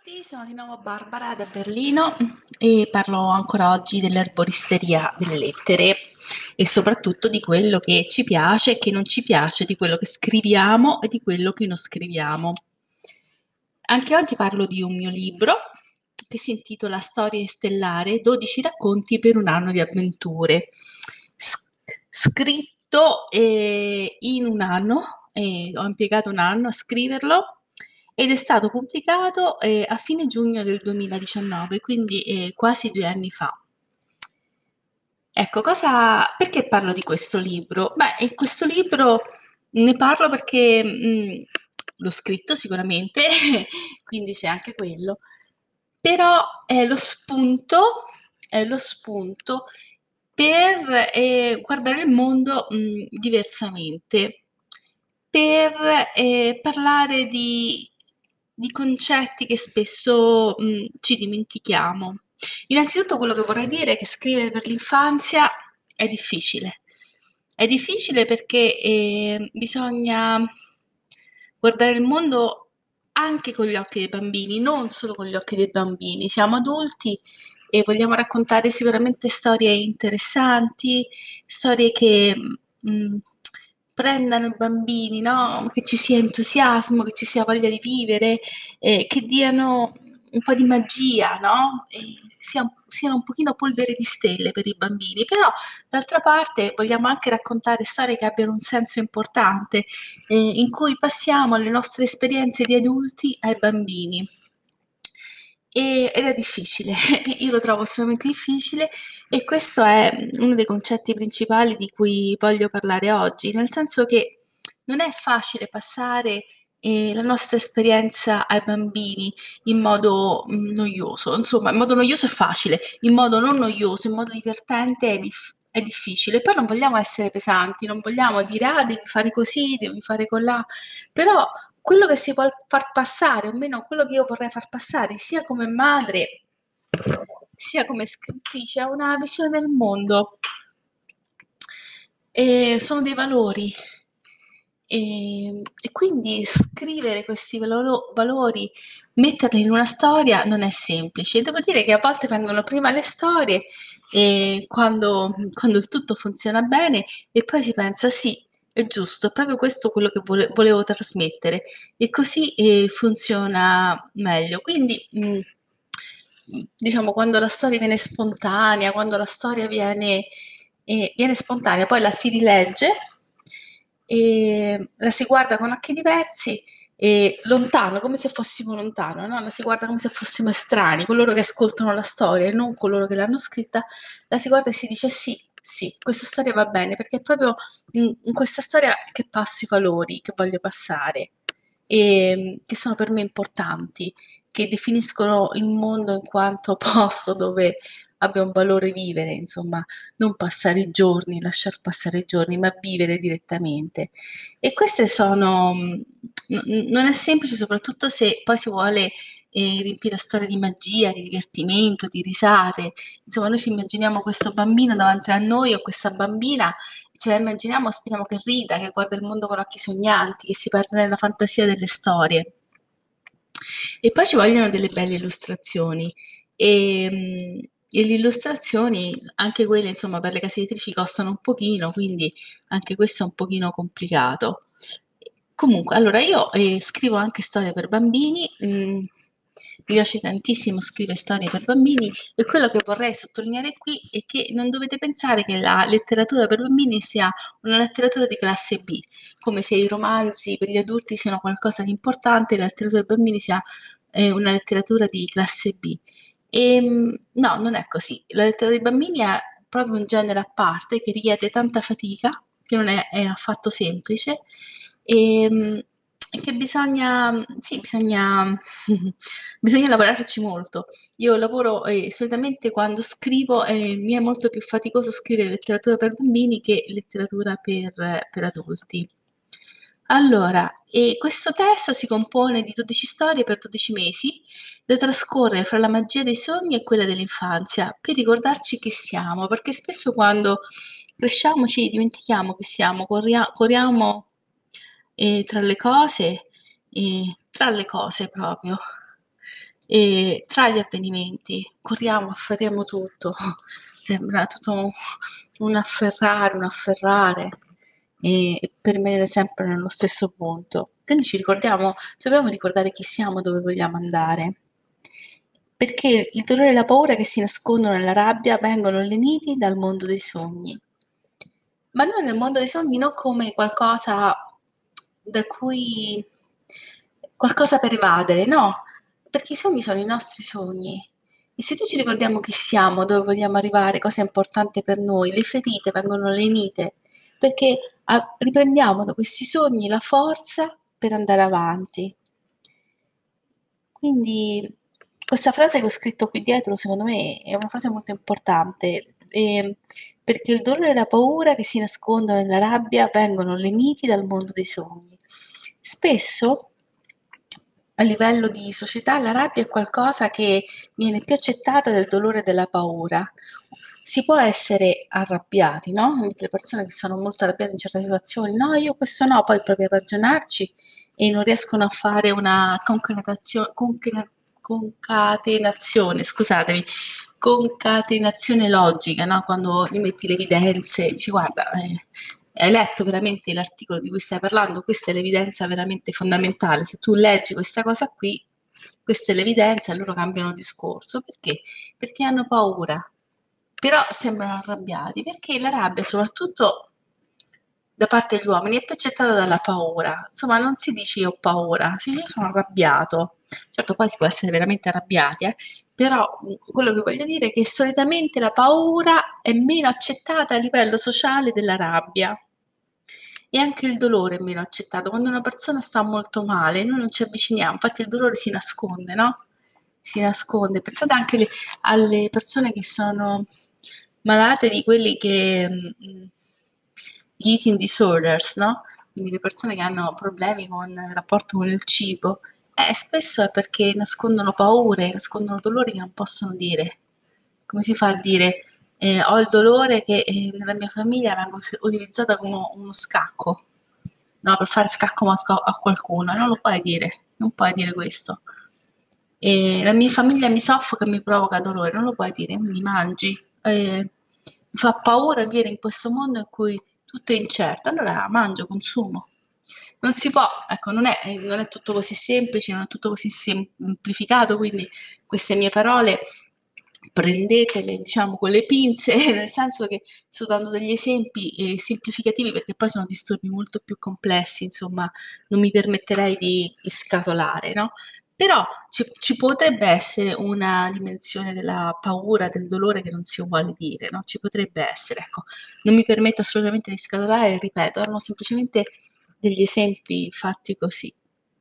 tutti, sono di nuovo Barbara da Berlino e parlo ancora oggi dell'erboristeria delle lettere e soprattutto di quello che ci piace e che non ci piace, di quello che scriviamo e di quello che non scriviamo. Anche oggi parlo di un mio libro che si intitola Storie stellare, 12 racconti per un anno di avventure. Scritto in un anno, ho impiegato un anno a scriverlo ed è stato pubblicato a fine giugno del 2019, quindi quasi 2 anni fa. Ecco, perché parlo di questo libro? Beh, in questo libro ne parlo perché l'ho scritto sicuramente, quindi c'è anche quello, però è lo spunto per guardare il mondo diversamente, per parlare di concetti che spesso ci dimentichiamo. Innanzitutto quello che vorrei dire è che scrivere per l'infanzia è difficile. È difficile perché bisogna guardare il mondo anche con gli occhi dei bambini, non solo con gli occhi dei bambini. Siamo adulti e vogliamo raccontare sicuramente storie interessanti, storie che prendano i bambini, no? Che ci sia entusiasmo, che ci sia voglia di vivere, che diano un po' di magia, no? E siano un pochino polvere di stelle per i bambini, però d'altra parte vogliamo anche raccontare storie che abbiano un senso importante, in cui passiamo le nostre esperienze di adulti ai bambini. Ed è difficile, io lo trovo estremamente difficile e questo è uno dei concetti principali di cui voglio parlare oggi, nel senso che non è facile passare la nostra esperienza ai bambini in modo noioso, insomma, in modo noioso è facile, in modo non noioso, in modo divertente è difficile. Poi non vogliamo essere pesanti, non vogliamo dire ah, devi fare così, devi fare colà, però quello che si vuol far passare, o almeno quello che io vorrei far passare, sia come madre, sia come scrittrice, è una visione del mondo. E sono dei valori. E quindi scrivere questi valori, metterli in una storia non è semplice. Devo dire che a volte vengono prima le storie, quando il tutto funziona bene, e poi si pensa sì, è giusto, è proprio questo quello che volevo trasmettere. E così funziona meglio. Quindi, diciamo, quando la storia viene spontanea, quando la storia viene spontanea, poi la si rilegge e la si guarda con occhi diversi e lontano, come se fossimo lontano, no? La si guarda come se fossimo estranei, coloro che ascoltano la storia e non coloro che l'hanno scritta, la si guarda e si dice sì, sì, questa storia va bene, perché è proprio in questa storia che passo i valori che voglio passare e che sono per me importanti, che definiscono il mondo in quanto posto dove abbia un valore vivere, insomma, non passare i giorni, lasciar passare i giorni, ma vivere direttamente. E queste sono, non è semplice, soprattutto se poi si vuole riempire la storia di magia, di divertimento, di risate. Insomma, noi ci immaginiamo questo bambino davanti a noi o questa bambina, ce la immaginiamo, speriamo che rida, che guarda il mondo con occhi sognanti, che si perde nella fantasia delle storie. E poi ci vogliono delle belle illustrazioni. E le illustrazioni, anche quelle, insomma, per le case editrici costano un pochino, quindi anche questo è un pochino complicato. Comunque, allora io scrivo anche storie per bambini, mi piace tantissimo scrivere storie per bambini e quello che vorrei sottolineare qui è che non dovete pensare che la letteratura per bambini sia una letteratura di classe B, come se i romanzi per gli adulti siano qualcosa di importante e la letteratura per bambini sia una letteratura di classe B. No, non è così. La letteratura dei bambini è proprio un genere a parte che richiede tanta fatica, che non è affatto semplice, e che sì, bisogna lavorarci molto. Io lavoro solitamente quando scrivo, mi è molto più faticoso scrivere letteratura per bambini che letteratura per adulti. Allora, questo testo si compone di 12 storie per 12 mesi, da trascorrere fra la magia dei sogni e quella dell'infanzia, per ricordarci chi siamo, perché spesso quando cresciamo ci dimentichiamo chi siamo, corriamo tra le cose proprio. e tra gli avvenimenti corriamo, afferriamo tutto, sembra tutto un afferrare e per rimanere sempre nello stesso punto. Quindi ci dobbiamo ricordare chi siamo, dove vogliamo andare. Perché il dolore e la paura che si nascondono nella rabbia vengono leniti dal mondo dei sogni. Ma non nel mondo dei sogni, non come qualcosa da cui qualcosa per evadere, no, perché i sogni sono i nostri sogni. E se noi ci ricordiamo chi siamo, dove vogliamo arrivare, cosa è importante per noi, le ferite vengono lenite, perché riprendiamo da questi sogni la forza per andare avanti. Quindi questa frase che ho scritto qui dietro, secondo me, è una frase molto importante, perché il dolore e la paura che si nascondono nella rabbia vengono leniti dal mondo dei sogni. Spesso, a livello di società, la rabbia è qualcosa che viene più accettata del dolore e della paura. Si può essere arrabbiati, no? Le persone che sono molto arrabbiate in certe situazioni, no, io questo no, poi provi a ragionarci e non riescono a fare una concatenazione, scusatemi, concatenazione logica, no? Quando gli metti le evidenze, dici guarda, hai letto veramente l'articolo di cui stai parlando, questa è l'evidenza veramente fondamentale, se tu leggi questa cosa qui, questa è l'evidenza, e loro cambiano discorso, perché? Perché hanno paura, però sembrano arrabbiati, perché la rabbia soprattutto da parte degli uomini è percettata dalla paura. Insomma, non si dice io ho paura, si dice sono arrabbiato. Certo, poi si può essere veramente arrabbiati, però quello che voglio dire è che solitamente la paura è meno accettata a livello sociale della rabbia. E anche il dolore è meno accettato. Quando una persona sta molto male, noi non ci avviciniamo, infatti il dolore si nasconde, no? Si nasconde. Pensate anche alle persone che sono malate di quelli che gli eating disorders, no? Quindi le persone che hanno problemi con il rapporto con il cibo, spesso è perché nascondono paure, nascondono dolori che non possono dire. Come si fa a dire ho il dolore che nella mia famiglia vengo utilizzata come uno scacco, no? Per fare scacco a qualcuno, non lo puoi dire, non puoi dire questo. La mia famiglia mi soffoca e mi provoca dolore, non lo puoi dire, mi mangi. Mi fa paura vivere in questo mondo in cui tutto è incerto, allora mangio, consumo. Non si può, ecco, non è tutto così semplice, non è tutto così semplificato, quindi queste mie parole prendetele, diciamo, con le pinze, nel senso che sto dando degli esempi semplificativi perché poi sono disturbi molto più complessi, insomma, non mi permetterei di scatolare, no? Però ci potrebbe essere una dimensione della paura, del dolore che non si vuole dire, no? Ci potrebbe essere, ecco. Non mi permetto assolutamente di scatolare, ripeto, erano semplicemente degli esempi fatti così.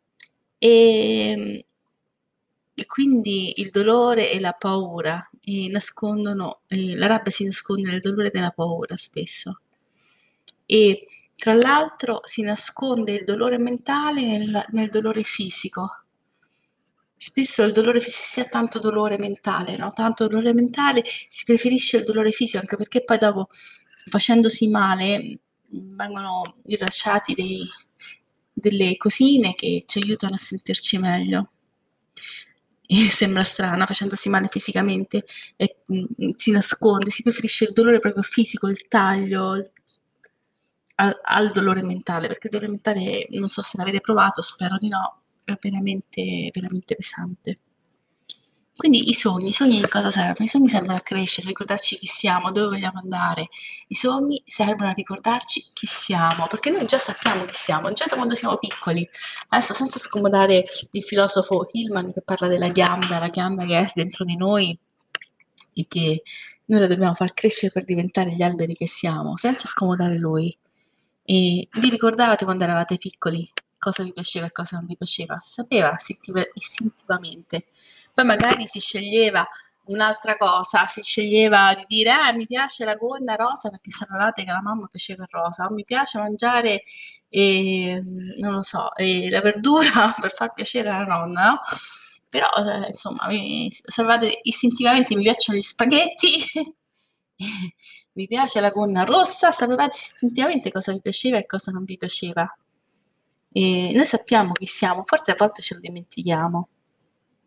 E, e quindi il dolore e la paura la rabbia si nasconde nel dolore e nella paura spesso. E tra l'altro si nasconde il dolore mentale nel dolore fisico. Spesso il dolore fisico, si ha tanto dolore mentale, no? Tanto dolore mentale, si preferisce il dolore fisico, anche perché poi dopo, facendosi male, vengono rilasciati delle cosine che ci aiutano a sentirci meglio. E sembra strana, facendosi male fisicamente, si nasconde, si preferisce il dolore proprio fisico, il taglio, al dolore mentale, perché il dolore mentale, non so se l'avete provato, spero di no, è veramente, veramente pesante. Quindi i sogni di cosa servono? I sogni servono a crescere, a ricordarci chi siamo, dove vogliamo andare. I sogni servono a ricordarci chi siamo, perché noi già sappiamo chi siamo, già da quando siamo piccoli. Adesso senza scomodare il filosofo Hillman che parla della ghianda, la ghianda che è dentro di noi e che noi la dobbiamo far crescere per diventare gli alberi che siamo, senza scomodare lui. E vi ricordavate quando eravate piccoli cosa vi piaceva e cosa non vi piaceva? Si sapeva istintivamente. Poi magari si sceglieva un'altra cosa, si sceglieva di dire mi piace la gonna rosa perché sapevate che alla mamma piaceva il rosa, o mi piace mangiare, non lo so, la verdura per far piacere alla nonna, no? Però insomma, sapevate istintivamente mi piacciono gli spaghetti, mi piace la gonna rossa, sapevate istintivamente cosa vi piaceva e cosa non vi piaceva. E noi sappiamo chi siamo, forse a volte ce lo dimentichiamo.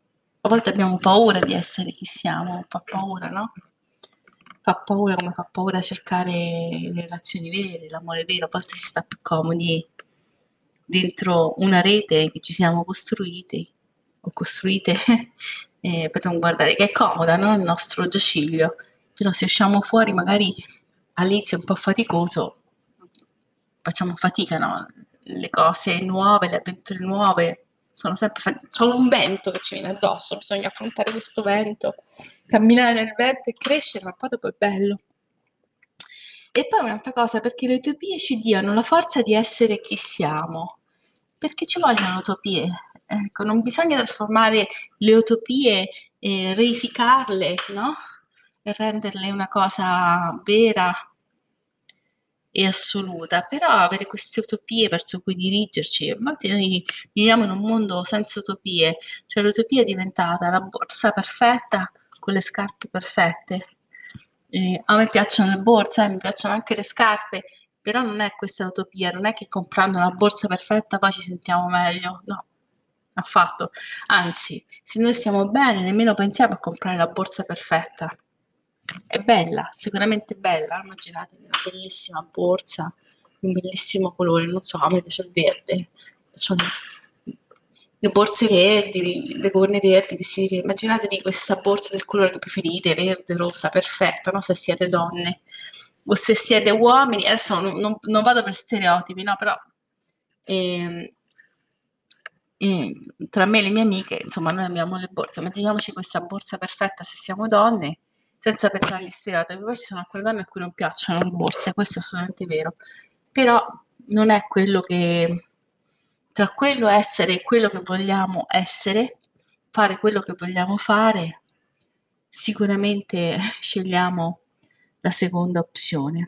A volte abbiamo paura di essere chi siamo, fa paura, no? Fa paura come fa paura cercare le relazioni vere, l'amore vero, a volte si sta più comodi dentro una rete che ci siamo costruiti o costruite per non guardare, che è comoda, no? Il nostro giaciglio, però se usciamo fuori magari all'inizio è un po' faticoso, facciamo fatica, no? Le cose nuove, le avventure nuove sono sempre sono un vento che ci viene addosso, bisogna affrontare questo vento, camminare nel vento e crescere, ma poi dopo è bello. E poi un'altra cosa, perché le utopie ci diano la forza di essere chi siamo, perché ci vogliono utopie. Ecco, non bisogna trasformare le utopie e reificarle, no? E renderle una cosa vera e assoluta, però avere queste utopie verso cui dirigerci, a volte noi viviamo in un mondo senza utopie, cioè l'utopia è diventata la borsa perfetta con le scarpe perfette. A me piacciono le borse, mi piacciono anche le scarpe, però non è questa l'utopia, non è che comprando una borsa perfetta poi ci sentiamo meglio, no, affatto. Anzi, se noi stiamo bene, nemmeno pensiamo a comprare la borsa perfetta. È bella, sicuramente bella. Immaginatevi una bellissima borsa, un bellissimo colore, non so, a me piace il verde. Sono le borse verdi, le gonne verdi, i vestiti verdi. Immaginatevi questa borsa del colore che preferite, verde, rossa, perfetta, no? Se siete donne o se siete uomini. Adesso non vado per stereotipi, no? Però ehm, ehm, tra me e le mie amiche, insomma, noi abbiamo le borse. Immaginiamoci questa borsa perfetta se siamo donne, senza pensare agli stereotipi. Poi ci sono alcune donne a cui non piacciono le borse, questo è assolutamente vero. Però non è quello che tra quello essere quello che vogliamo essere, fare quello che vogliamo fare, sicuramente scegliamo la seconda opzione.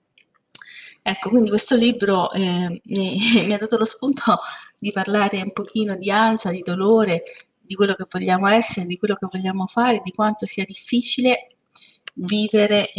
Ecco, quindi questo libro mi ha dato lo spunto di parlare un pochino di ansia, di dolore, di quello che vogliamo essere, di quello che vogliamo fare, di quanto sia difficile vivere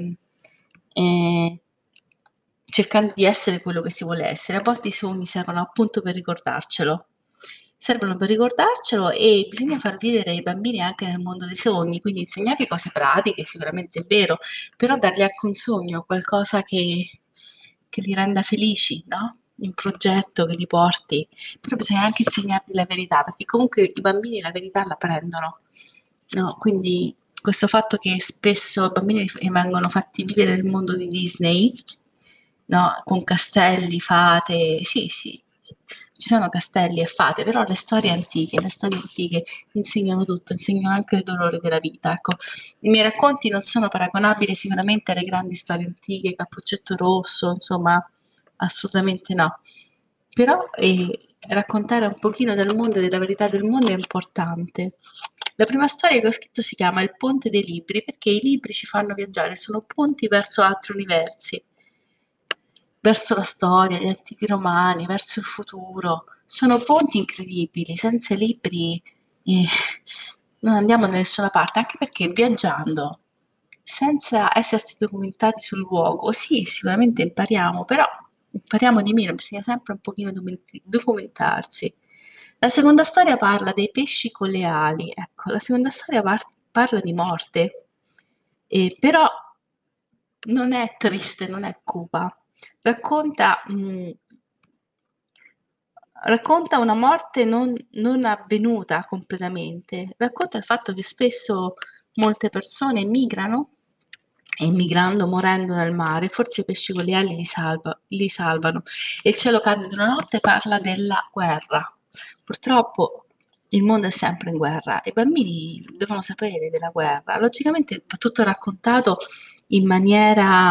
cercando di essere quello che si vuole essere. A volte i sogni servono appunto per ricordarcelo. Servono per ricordarcelo e bisogna far vivere i bambini anche nel mondo dei sogni, quindi insegnargli cose pratiche, sicuramente è vero, però dargli anche un sogno, qualcosa che li renda felici, no? Un progetto che li porti, però bisogna anche insegnargli la verità, perché comunque i bambini la verità la prendono, no? Quindi questo fatto che spesso i bambini vengono fatti vivere nel mondo di Disney, no? Con castelli, fate, sì, sì, ci sono castelli e fate, però le storie antiche insegnano tutto, insegnano anche il dolore della vita. Ecco, i miei racconti non sono paragonabili sicuramente alle grandi storie antiche, Cappuccetto Rosso, insomma, assolutamente no. Però raccontare un pochino del mondo e della verità del mondo è importante. La prima storia che ho scritto si chiama Il ponte dei libri, perché i libri ci fanno viaggiare, sono ponti verso altri universi, verso la storia, gli antichi romani, verso il futuro. Sono ponti incredibili, senza i libri eh, non andiamo da nessuna parte, anche perché viaggiando, senza essersi documentati sul luogo, sì, sicuramente impariamo, però impariamo di meno, bisogna sempre un pochino documentarsi. La seconda storia parla dei pesci con le ali, ecco, la seconda storia parla di morte, però non è triste, non è cupa, racconta, racconta una morte non avvenuta completamente, racconta il fatto che spesso molte persone migrano e migrando, morendo nel mare, forse i pesci con le ali li salvano. E il cielo cade di una notte parla della guerra. Purtroppo il mondo è sempre in guerra e i bambini devono sapere della guerra. Logicamente va tutto raccontato in maniera,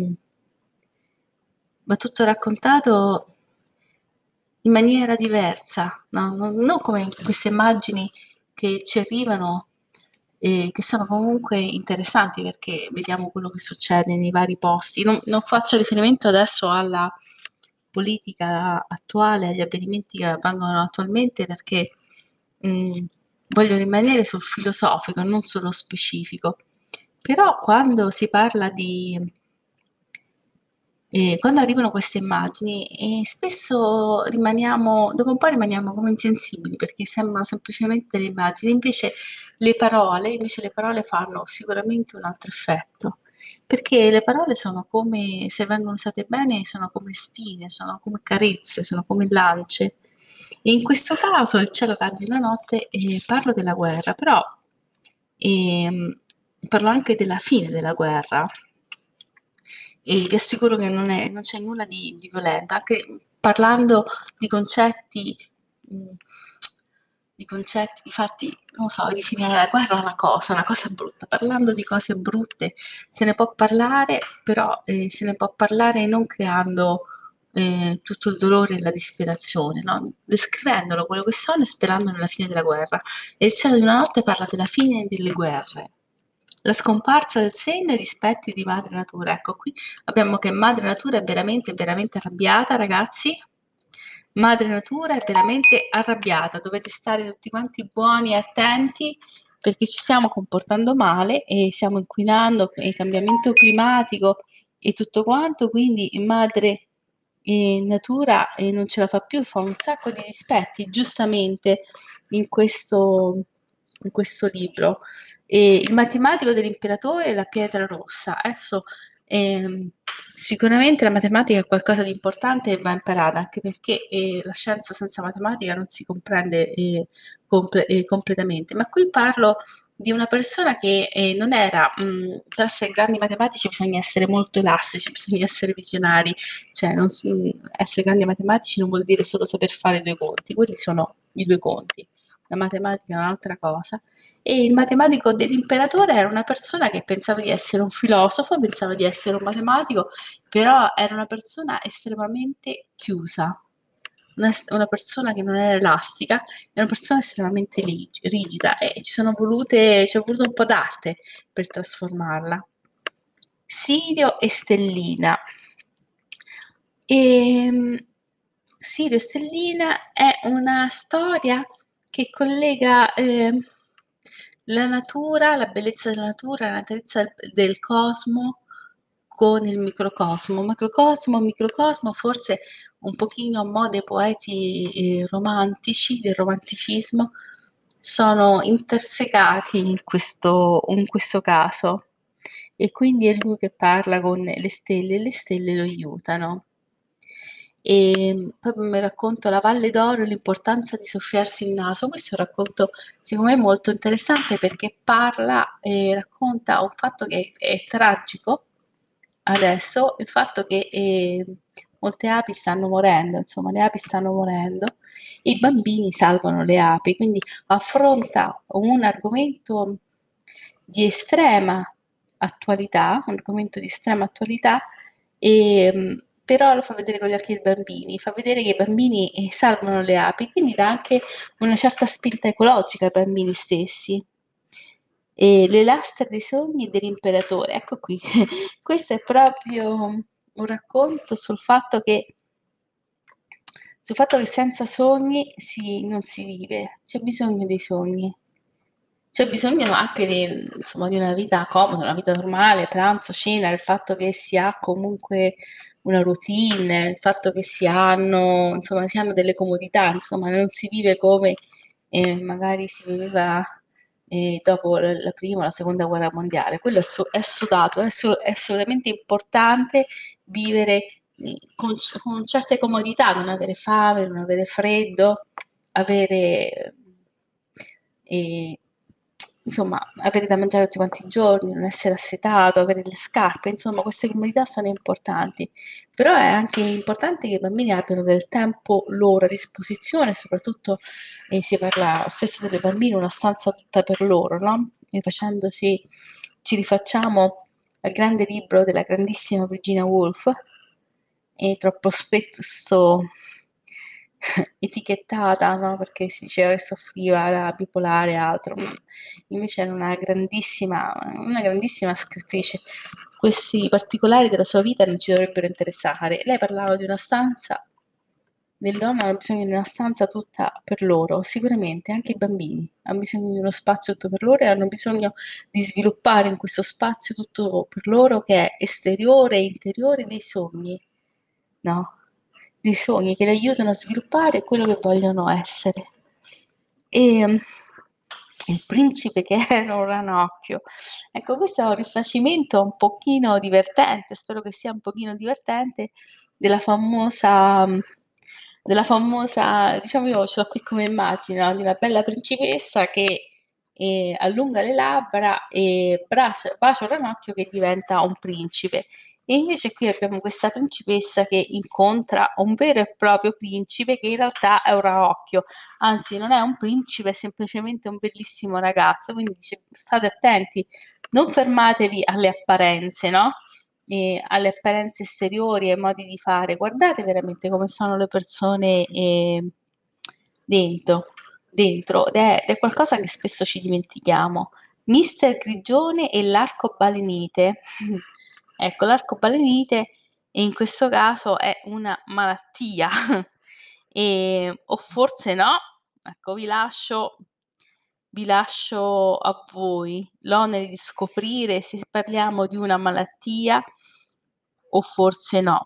va tutto raccontato in maniera diversa, no? Non come queste immagini che ci arrivano e che sono comunque interessanti perché vediamo quello che succede nei vari posti. Non faccio riferimento adesso alla politica attuale, agli avvenimenti che avvengono attualmente perché voglio rimanere sul filosofico, non sullo specifico. Però quando si parla quando arrivano queste immagini, spesso rimaniamo dopo un po' rimaniamo come insensibili, perché sembrano semplicemente delle immagini, invece le parole fanno sicuramente un altro effetto, perché le parole sono come se vengono usate bene, sono come spine, sono come carezze, sono come lance. E in questo caso Il cielo cade una notte, parlo della guerra, però, ehm, parlo anche della fine della guerra e vi assicuro che non c'è nulla di violento, anche parlando di concetti, mh, di fatti, non so, di finire la guerra è una cosa brutta. Parlando di cose brutte se ne può parlare, però se ne può parlare non creando tutto il dolore e la disperazione, no? Descrivendolo quello che sono e sperando nella fine della guerra. E il cielo di una notte parla della fine delle guerre. La scomparsa del segno e i dispetti di madre natura. Ecco, qui abbiamo che madre natura è veramente, veramente arrabbiata, ragazzi. Madre natura è veramente arrabbiata. Dovete stare tutti quanti buoni e attenti perché ci stiamo comportando male e stiamo inquinando il cambiamento climatico e tutto quanto, quindi madre natura non ce la fa più, fa un sacco di dispetti, giustamente in questo libro. Il matematico dell'imperatore e la pietra rossa. Adesso sicuramente la matematica è qualcosa di importante e va imparata, anche perché la scienza senza matematica non si comprende completamente. Ma qui parlo di una persona che non era, per essere grandi matematici bisogna essere molto elastici, bisogna essere visionari, cioè essere grandi matematici non vuol dire solo saper fare due conti, quelli sono i due conti, la matematica è un'altra cosa. E il matematico dell'imperatore era una persona che pensava di essere un filosofo, pensava di essere un matematico, però era una persona estremamente chiusa, una persona che non era elastica, è una persona estremamente rigida e ci è voluto un po' d'arte per trasformarla. Sirio e Stellina. Ehm, Sirio e Stellina è una storia che collega la natura, la bellezza della natura, la bellezza del cosmo con il microcosmo. Macrocosmo, microcosmo, forse un pochino a mo' dei poeti romantici, del romanticismo, sono intersecati in questo caso. E quindi è lui che parla con le stelle e le stelle lo aiutano. Poi mi racconto La Valle d'Oro e l'importanza di soffiarsi il naso. Questo è un racconto secondo me molto interessante perché parla e racconta un fatto che è tragico adesso, il fatto che molte api stanno morendo, insomma le api stanno morendo e i bambini salvano le api, quindi affronta un argomento di estrema attualità, un argomento di estrema attualità, però lo fa vedere con gli occhi dei bambini, fa vedere che i bambini salvano le api, quindi dà anche una certa spinta ecologica ai bambini stessi. Le lastre dei sogni dell'imperatore, ecco qui, questo è proprio un racconto sul fatto che senza sogni non si vive, c'è bisogno dei sogni. C'è bisogno anche di, insomma, di una vita comoda, una vita normale, pranzo, cena, il fatto che si ha comunque una routine, il fatto che insomma, si hanno delle comodità, insomma, non si vive come magari si viveva dopo la prima o la seconda guerra mondiale. Quello è sudato, è assolutamente importante vivere con certe comodità, non avere fame, non avere freddo, avere e insomma avere da mangiare tutti quanti i giorni, non essere assetato, avere le scarpe, insomma queste comodità sono importanti, però è anche importante che i bambini abbiano del tempo loro a disposizione, soprattutto si parla spesso delle bambine, una stanza tutta per loro, no? E facendosi, ci rifacciamo al grande libro della grandissima Virginia Woolf, e troppo spesso etichettata, no? Perché si diceva che soffriva da bipolare e altro. Invece era una grandissima scrittrice. Questi particolari della sua vita non ci dovrebbero interessare. Lei parlava di una stanza le donne hanno bisogno di una stanza tutta per loro, sicuramente anche i bambini hanno bisogno di uno spazio tutto per loro e hanno bisogno di sviluppare in questo spazio tutto per loro che è esteriore e interiore dei sogni, no? Dei sogni che le aiutano a sviluppare quello che vogliono essere. E il principe che era un ranocchio. Ecco, questo è un rifacimento un pochino divertente, spero che sia un pochino divertente, della famosa, diciamo io ce l'ho qui come immagine, no? Di una bella principessa che allunga le labbra e bacia un ranocchio che diventa un principe. E invece qui abbiamo questa principessa che incontra un vero e proprio principe che in realtà è un ranocchio, anzi non è un principe, è semplicemente un bellissimo ragazzo, quindi dice, state attenti, non fermatevi alle apparenze, no? Alle apparenze esteriori e ai modi di fare, guardate veramente come sono le persone dentro, dentro ed è qualcosa che spesso ci dimentichiamo. Mister Grigione e l'arcobalenite. Ecco, l'arcobalenite in questo caso è una malattia, o forse no. Ecco, vi lascio a voi l'onere di scoprire se parliamo di una malattia o forse no.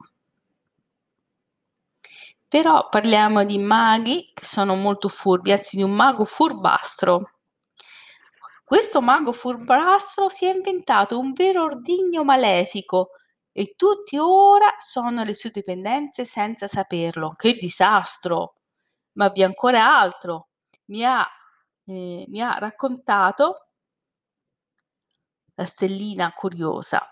Però parliamo di maghi che sono molto furbi, anzi di un mago furbastro. Questo mago furbastro si è inventato un vero ordigno malefico e tutti ora sono alle sue dipendenze senza saperlo. Che disastro! Ma vi è ancora altro. Mi ha raccontato la stellina curiosa.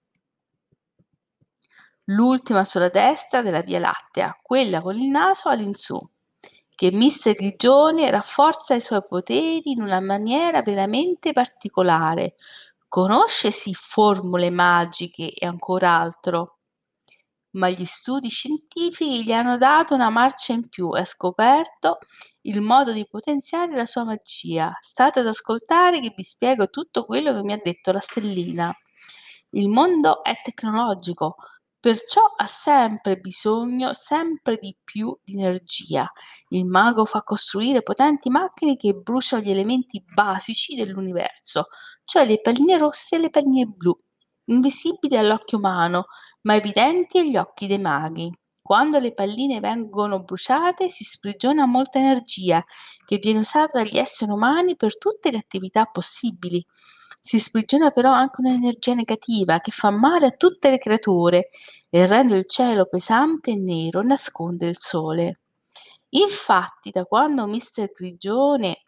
L'ultima sulla destra della Via Lattea, quella con il naso all'insù, che Mister Grigione rafforza i suoi poteri in una maniera veramente particolare. Conosce sì formule magiche e ancor altro, ma gli studi scientifici gli hanno dato una marcia in più e ha scoperto il modo di potenziare la sua magia. State ad ascoltare che vi spiego tutto quello che mi ha detto la stellina. Il mondo è tecnologico, perciò ha sempre bisogno, sempre di più di energia. Il mago fa costruire potenti macchine che bruciano gli elementi basici dell'universo, cioè le palline rosse e le palline blu, invisibili all'occhio umano, ma evidenti agli occhi dei maghi. Quando le palline vengono bruciate si sprigiona molta energia che viene usata dagli esseri umani per tutte le attività possibili. Si sprigiona però anche un'energia negativa che fa male a tutte le creature e rende il cielo pesante e nero e nasconde il sole. Infatti, da quando Mister Grigione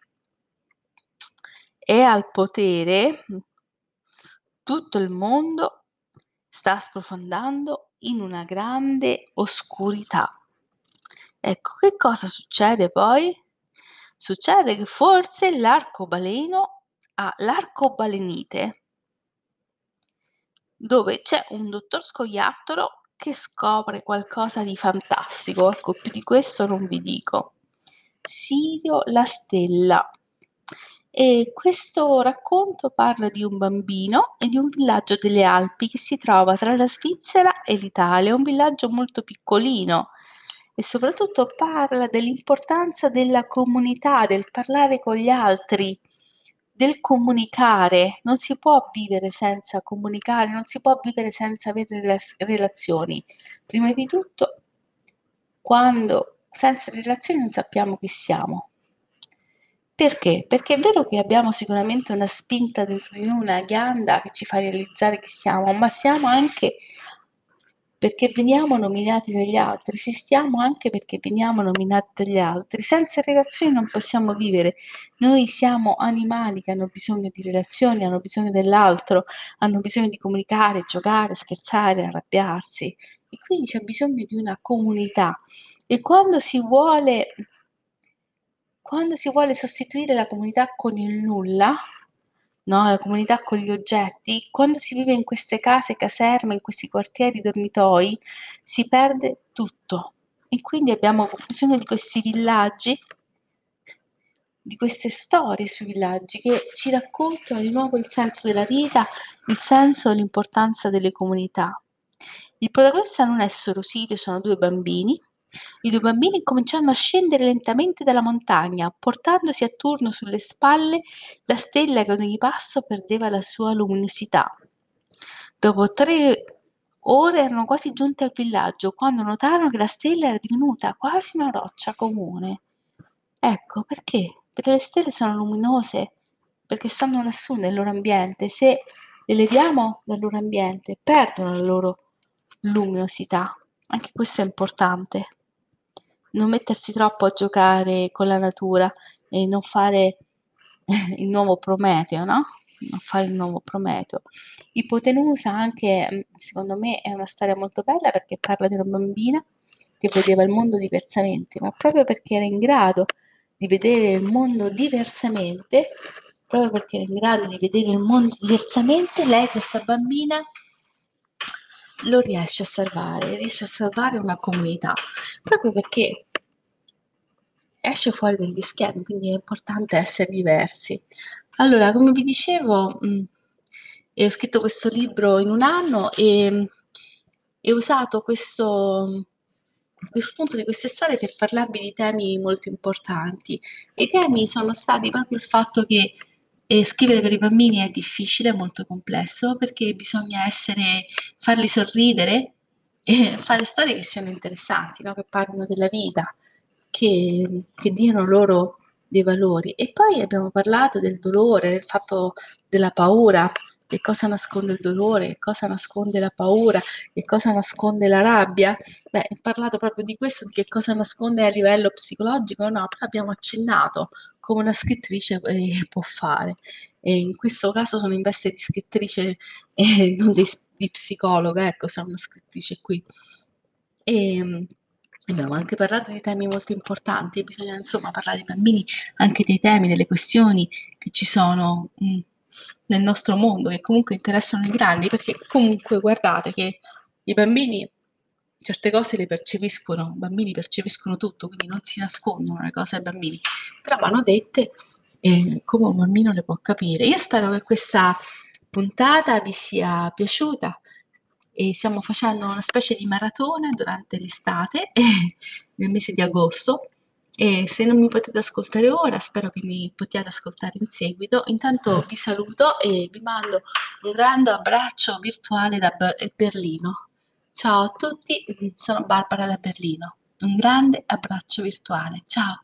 è al potere, tutto il mondo sta sprofondando in una grande oscurità. Ecco, che cosa succede poi? Succede che forse l'arcobaleno ha l'arcobalenite, dove c'è un dottor scoiattolo che scopre qualcosa di fantastico. Ecco, più di questo non vi dico. Sirio la stella. E questo racconto parla di un bambino e di un villaggio delle Alpi che si trova tra la Svizzera e l'Italia, è un villaggio molto piccolino e soprattutto parla dell'importanza della comunità, del parlare con gli altri, del comunicare. Non si può vivere senza comunicare, non si può vivere senza avere relazioni. Prima di tutto, quando senza relazioni non sappiamo chi siamo. Perché? Perché è vero che abbiamo sicuramente una spinta dentro di noi, una ghianda che ci fa realizzare chi siamo, ma siamo anche perché veniamo nominati dagli altri, esistiamo anche perché veniamo nominati dagli altri. Senza relazioni non possiamo vivere. Noi siamo animali che hanno bisogno di relazioni, hanno bisogno dell'altro, hanno bisogno di comunicare, giocare, scherzare, arrabbiarsi e quindi c'è bisogno di una comunità. E quando si vuole sostituire la comunità con il nulla, no, la comunità con gli oggetti, quando si vive in queste case caserme, in questi quartieri dormitoi, si perde tutto. E quindi abbiamo bisogno di questi villaggi, di queste storie sui villaggi che ci raccontano di nuovo il senso della vita, il senso e l'importanza delle comunità. Il protagonista non è solo Sirio, sono due bambini I due bambini cominciarono a scendere lentamente dalla montagna, portandosi a turno sulle spalle la stella che ad ogni passo perdeva la sua luminosità. Dopo 3 ore erano quasi giunti al villaggio, quando notarono che la stella era divenuta quasi una roccia comune. Ecco, perché? Perché le stelle sono luminose, perché stanno lassù nel loro ambiente. Se le leviamo dal loro ambiente, perdono la loro luminosità. Anche questo è importante. Non mettersi troppo a giocare con la natura e non fare il nuovo Prometeo, no? Non fare il nuovo Prometeo. Ipotenusa anche, secondo me, è una storia molto bella perché parla di una bambina che vedeva il mondo diversamente, ma proprio perché era in grado di vedere il mondo diversamente, proprio perché era in grado di vedere il mondo diversamente, lei, questa bambina, lo riesce a salvare una comunità, proprio perché esce fuori dagli schemi, quindi è importante essere diversi. Allora, come vi dicevo, ho scritto questo libro in un anno e ho usato questo spunto di queste storie per parlarvi di temi molto importanti. I temi sono stati proprio il fatto che scrivere per i bambini è difficile, è molto complesso, perché bisogna farli sorridere e fare storie che siano interessanti, no? Che parlino della vita, che diano loro dei valori. E poi abbiamo parlato del dolore, del fatto della paura, che cosa nasconde il dolore, che cosa nasconde la paura, che cosa nasconde la rabbia. Beh, ho parlato proprio di questo, di che cosa nasconde a livello psicologico, no, però abbiamo accennato come una scrittrice può fare. E in questo caso sono in veste di scrittrice e non di psicologa, ecco, sono una scrittrice qui. E abbiamo anche parlato di temi molto importanti, bisogna insomma parlare dei bambini, anche dei temi, delle questioni che ci sono nel nostro mondo, che comunque interessano i grandi, perché comunque guardate che i bambini certe cose le percepiscono, i bambini percepiscono tutto, quindi non si nascondono le cose ai bambini, però vanno dette come un bambino le può capire. Io spero che questa puntata vi sia piaciuta e stiamo facendo una specie di maratona durante l'estate, nel mese di agosto. E se non mi potete ascoltare ora, spero che mi potete ascoltare in seguito. Intanto vi saluto e vi mando un grande abbraccio virtuale da Berlino. Ciao a tutti, sono Barbara da Berlino. Un grande abbraccio virtuale. Ciao.